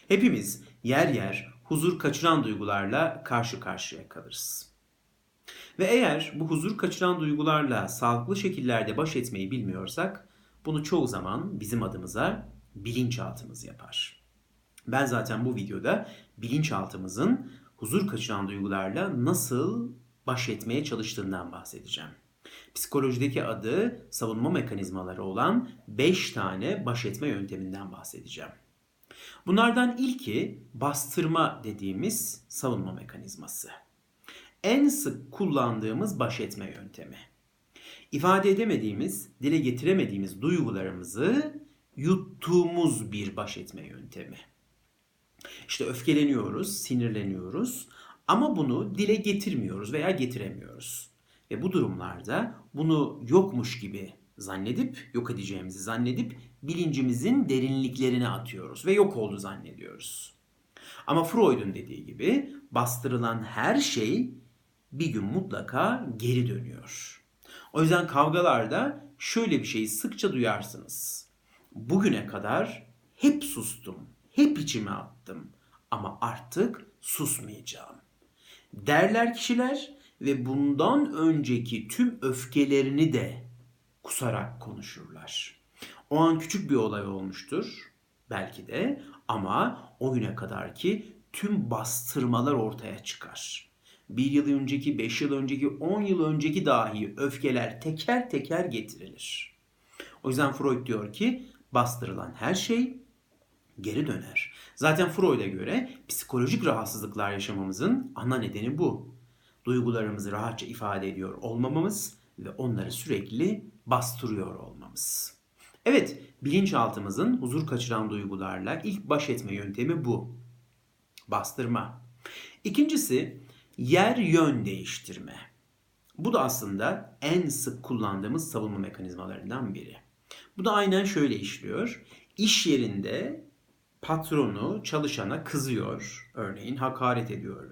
Hepimiz yer yer huzur kaçıran duygularla karşı karşıya kalırız. Ve eğer bu huzur kaçıran duygularla sağlıklı şekillerde baş etmeyi bilmiyorsak, bunu çoğu zaman bizim adımıza bilinçaltımız yapar. Ben zaten bu videoda bilinçaltımızın huzur kaçıran duygularla nasıl baş etmeye çalıştığından bahsedeceğim. Psikolojideki adı savunma mekanizmaları olan 5 tane baş etme yönteminden bahsedeceğim. Bunlardan ilki bastırma dediğimiz savunma mekanizması. En sık kullandığımız baş etme yöntemi. İfade edemediğimiz, dile getiremediğimiz duygularımızı yuttuğumuz bir baş etme yöntemi. İşte öfkeleniyoruz, sinirleniyoruz ama bunu dile getirmiyoruz veya getiremiyoruz. Ve bu durumlarda bunu yokmuş gibi zannedip, yok edeceğimizi zannedip bilincimizin derinliklerine atıyoruz ve yok oldu zannediyoruz. Ama Freud'un dediği gibi bastırılan her şey bir gün mutlaka geri dönüyor. O yüzden kavgalarda şöyle bir şeyi sıkça duyarsınız. Bugüne kadar hep sustum, hep içime attım ama artık susmayacağım. Derler kişiler ve bundan önceki tüm öfkelerini de kusarak konuşurlar. O an küçük bir olay olmuştur belki de ama o güne kadarki tüm bastırmalar ortaya çıkar. Bir yıl önceki, 5 yıl önceki, 10 yıl önceki dahi öfkeler teker teker getirilir. O yüzden Freud diyor ki bastırılan her şey geri döner. Zaten Freud'a göre psikolojik rahatsızlıklar yaşamamızın ana nedeni bu. Duygularımızı rahatça ifade ediyor olmamamız ve onları sürekli bastırıyor olmamız. Evet, bilinçaltımızın huzur kaçıran duygularla ilk baş etme yöntemi bu. Bastırma. İkincisi yer yön değiştirme. Bu da aslında en sık kullandığımız savunma mekanizmalarından biri. Bu da aynen şöyle işliyor. İş yerinde patronu çalışana kızıyor, örneğin hakaret ediyor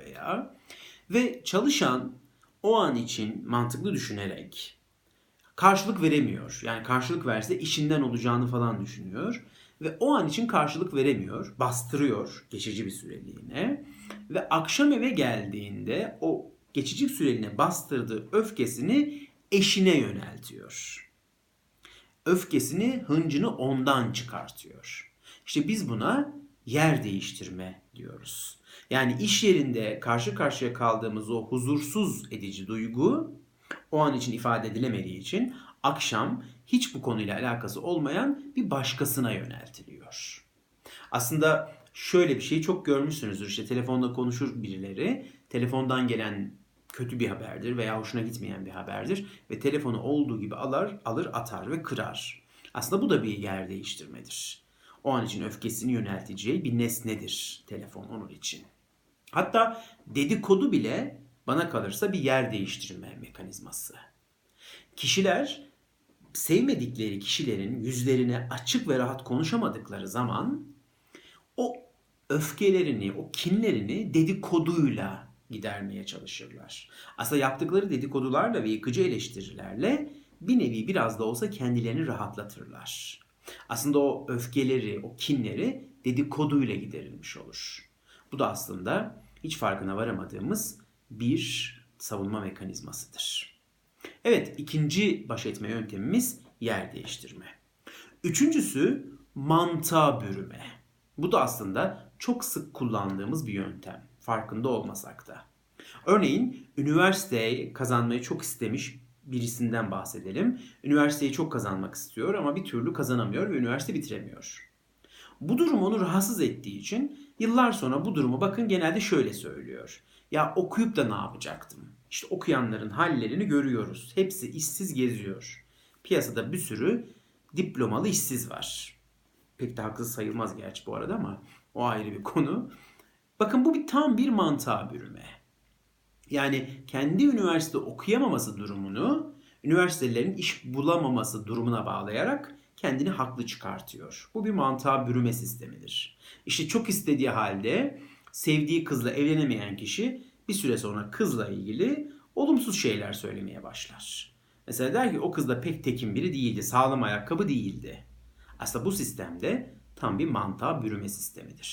ve çalışan o an için mantıklı düşünerek karşılık veremiyor. Yani karşılık verse işinden olacağını falan düşünüyor ve o an için karşılık veremiyor, bastırıyor geçici bir süreliğine ve akşam eve geldiğinde o geçici süreliğine bastırdığı öfkesini eşine yöneltiyor. Öfkesini, hıncını ondan çıkartıyor. İşte biz buna yer değiştirme diyoruz. Yani iş yerinde karşı karşıya kaldığımız o huzursuz edici duygu o an için ifade edilemediği için akşam hiç bu konuyla alakası olmayan bir başkasına yöneltiliyor. Aslında şöyle bir şeyi çok görmüşsünüzdür. İşte telefonda konuşur birileri. Telefondan gelen kötü bir haberdir veya hoşuna gitmeyen bir haberdir ve telefonu olduğu gibi alır atar ve kırar. Aslında bu da bir yer değiştirmedir. O an için öfkesini yönelteceği bir nesnedir telefon onun için. Hatta dedikodu bile bana kalırsa bir yer değiştirme mekanizması. Kişiler sevmedikleri kişilerin yüzlerine açık ve rahat konuşamadıkları zaman o öfkelerini, o kinlerini dedikoduyla gidermeye çalışırlar. Aslında yaptıkları dedikodularla ve yıkıcı eleştirilerle bir nevi biraz da olsa kendilerini rahatlatırlar. Aslında o öfkeleri, o kinleri dedikoduyla giderilmiş olur. Bu da aslında hiç farkına varamadığımız bir savunma mekanizmasıdır. Evet, ikinci baş etme yöntemimiz yer değiştirme. Üçüncüsü mantığa bürüme. Bu da aslında çok sık kullandığımız bir yöntem. Farkında olmasak da. Örneğin üniversiteyi kazanmayı çok istemiş birisinden bahsedelim. Üniversiteyi çok kazanmak istiyor ama bir türlü kazanamıyor ve üniversite bitiremiyor. Bu durum onu rahatsız ettiği için yıllar sonra bu durumu bakın genelde şöyle söylüyor. Ya okuyup da ne yapacaktım? İşte okuyanların hallerini görüyoruz. Hepsi işsiz geziyor. Piyasada bir sürü diplomalı işsiz var. Pek de haksız sayılmaz gerçi bu arada ama o ayrı bir konu. Bakın bu tam bir mantığa bürüme. Yani kendi üniversite okuyamaması durumunu üniversitelerin iş bulamaması durumuna bağlayarak kendini haklı çıkartıyor. Bu bir mantığa bürüme sistemidir. İşte çok istediği halde sevdiği kızla evlenemeyen kişi bir süre sonra kızla ilgili olumsuz şeyler söylemeye başlar. Mesela der ki o kız da pek tekin biri değildi, sağlam ayakkabı değildi. Aslında bu sistemde tam bir mantığa bürüme sistemidir.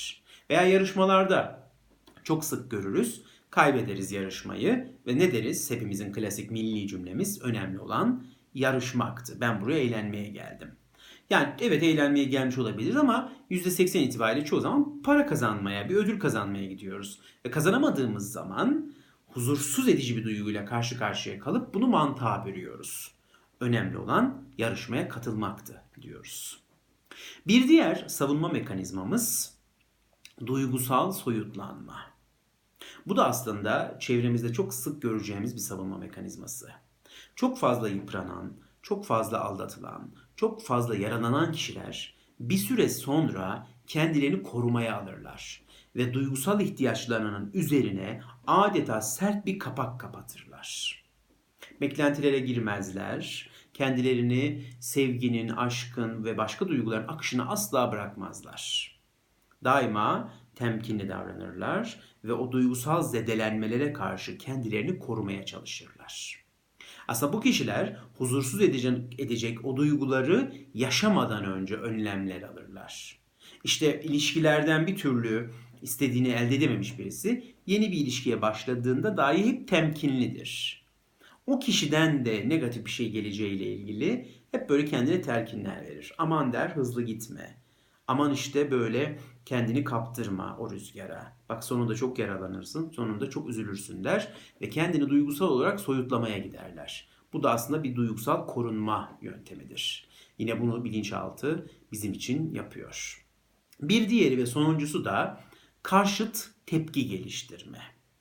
Veya yarışmalarda çok sık görürüz. Kaybederiz yarışmayı ve ne deriz? Hepimizin klasik milli cümlemiz, önemli olan yarışmaktı. Ben buraya eğlenmeye geldim. Yani evet, eğlenmeye gelmiş olabiliriz ama %80 itibariyle çoğu zaman para kazanmaya, bir ödül kazanmaya gidiyoruz. Ve kazanamadığımız zaman huzursuz edici bir duyguyla karşı karşıya kalıp bunu mantığa bölüyoruz. Önemli olan yarışmaya katılmaktı diyoruz. Bir diğer savunma mekanizmamız duygusal soyutlanma. Bu da aslında çevremizde çok sık göreceğimiz bir savunma mekanizması. Çok fazla yıpranan, çok fazla aldatılan, çok fazla yaralanan kişiler bir süre sonra kendilerini korumaya alırlar ve duygusal ihtiyaçlarının üzerine adeta sert bir kapak kapatırlar. Beklentilere girmezler, kendilerini sevginin, aşkın ve başka duyguların akışına asla bırakmazlar. Daima temkinli davranırlar ve o duygusal zedelenmelere karşı kendilerini korumaya çalışırlar. Aslında bu kişiler huzursuz edecek o duyguları yaşamadan önce önlemler alırlar. İşte ilişkilerden bir türlü istediğini elde edememiş birisi yeni bir ilişkiye başladığında dahi hep temkinlidir. O kişiden de negatif bir şey geleceğiyle ilgili hep böyle kendine telkinler verir. Aman der, hızlı gitme. Aman işte böyle kendini kaptırma o rüzgara. Bak sonunda çok yaralanırsın, sonunda çok üzülürsün der ve kendini duygusal olarak soyutlamaya giderler. Bu da aslında bir duygusal korunma yöntemidir. Yine bunu bilinçaltı bizim için yapıyor. Bir diğeri ve sonuncusu da karşıt tepki geliştirme.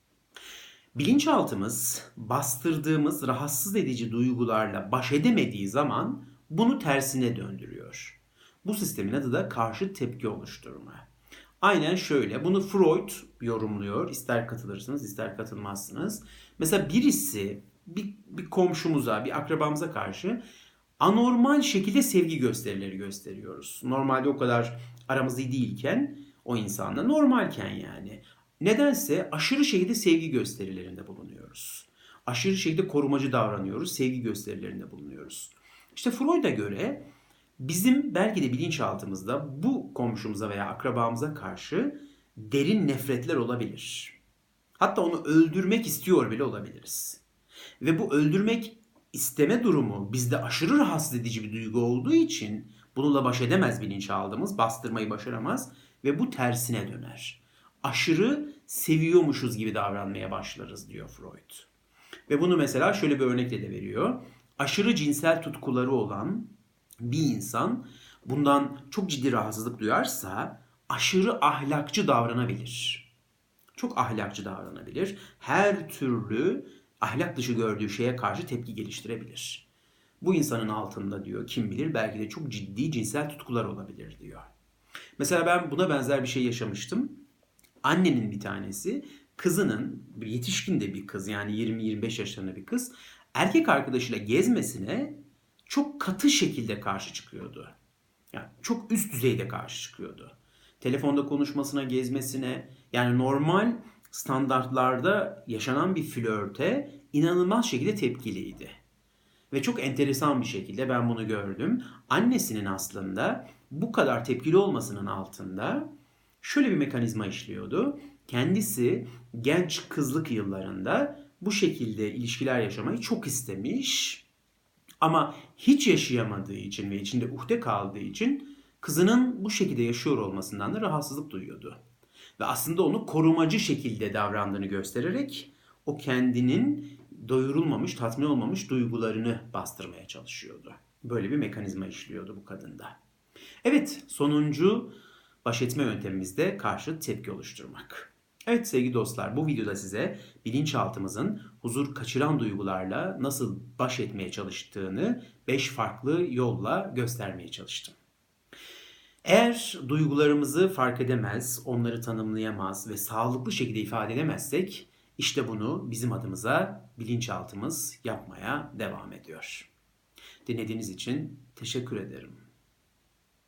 Bilinçaltımız bastırdığımız rahatsız edici duygularla baş edemediği zaman bunu tersine döndürüyor. Bu sistemin adı da karşıt tepki oluşturma. Aynen şöyle. Bunu Freud yorumluyor. İster katılırsınız, ister katılmazsınız. Mesela birisi bir komşumuza, bir akrabamıza karşı anormal şekilde sevgi gösterileri gösteriyoruz. Normalde o kadar aramız iyi değilken, o insanla normalken yani. Nedense aşırı şekilde sevgi gösterilerinde bulunuyoruz. Aşırı şekilde korumacı davranıyoruz, sevgi gösterilerinde bulunuyoruz. İşte Freud'a göre bizim belki de bilinçaltımızda bu komşumuza veya akrabamıza karşı derin nefretler olabilir. Hatta onu öldürmek istiyor bile olabiliriz. Ve bu öldürmek isteme durumu bizde aşırı rahatsız edici bir duygu olduğu için bununla baş edemez bilinçaltımız, bastırmayı başaramaz ve bu tersine döner. Aşırı seviyormuşuz gibi davranmaya başlarız diyor Freud. Ve bunu mesela şöyle bir örnekle de veriyor. Aşırı cinsel tutkuları olan bir insan bundan çok ciddi rahatsızlık duyarsa aşırı ahlakçı davranabilir. Çok ahlakçı davranabilir. Her türlü ahlak dışı gördüğü şeye karşı tepki geliştirebilir. Bu insanın altında diyor kim bilir belki de çok ciddi cinsel tutkular olabilir diyor. Mesela ben buna benzer bir şey yaşamıştım. Annenin bir tanesi kızının, bir yetişkin de bir kız yani 20-25 yaşlarında bir kız, erkek arkadaşıyla gezmesine çok katı şekilde karşı çıkıyordu. Yani çok üst düzeyde karşı çıkıyordu. Telefonda konuşmasına, gezmesine, yani normal standartlarda yaşanan bir flörte inanılmaz şekilde tepkiliydi. Ve çok enteresan bir şekilde ben bunu gördüm. Annesinin aslında bu kadar tepkili olmasının altında şöyle bir mekanizma işliyordu. Kendisi genç kızlık yıllarında bu şekilde ilişkiler yaşamayı çok istemiş. Ama hiç yaşayamadığı için ve içinde uhde kaldığı için kızının bu şekilde yaşıyor olmasından da rahatsızlık duyuyordu. Ve aslında onu korumacı şekilde davrandığını göstererek o kendinin doyurulmamış, tatmin olmamış duygularını bastırmaya çalışıyordu. Böyle bir mekanizma işliyordu bu kadında. Evet, sonuncu baş etme yöntemimiz de karşıt tepki oluşturmak. Evet sevgili dostlar, bu videoda size bilinçaltımızın huzur kaçıran duygularla nasıl baş etmeye çalıştığını 5 farklı yolla göstermeye çalıştım. Eğer duygularımızı fark edemez, onları tanımlayamaz ve sağlıklı şekilde ifade edemezsek, işte bunu bizim adımıza bilinçaltımız yapmaya devam ediyor. Dinlediğiniz için teşekkür ederim.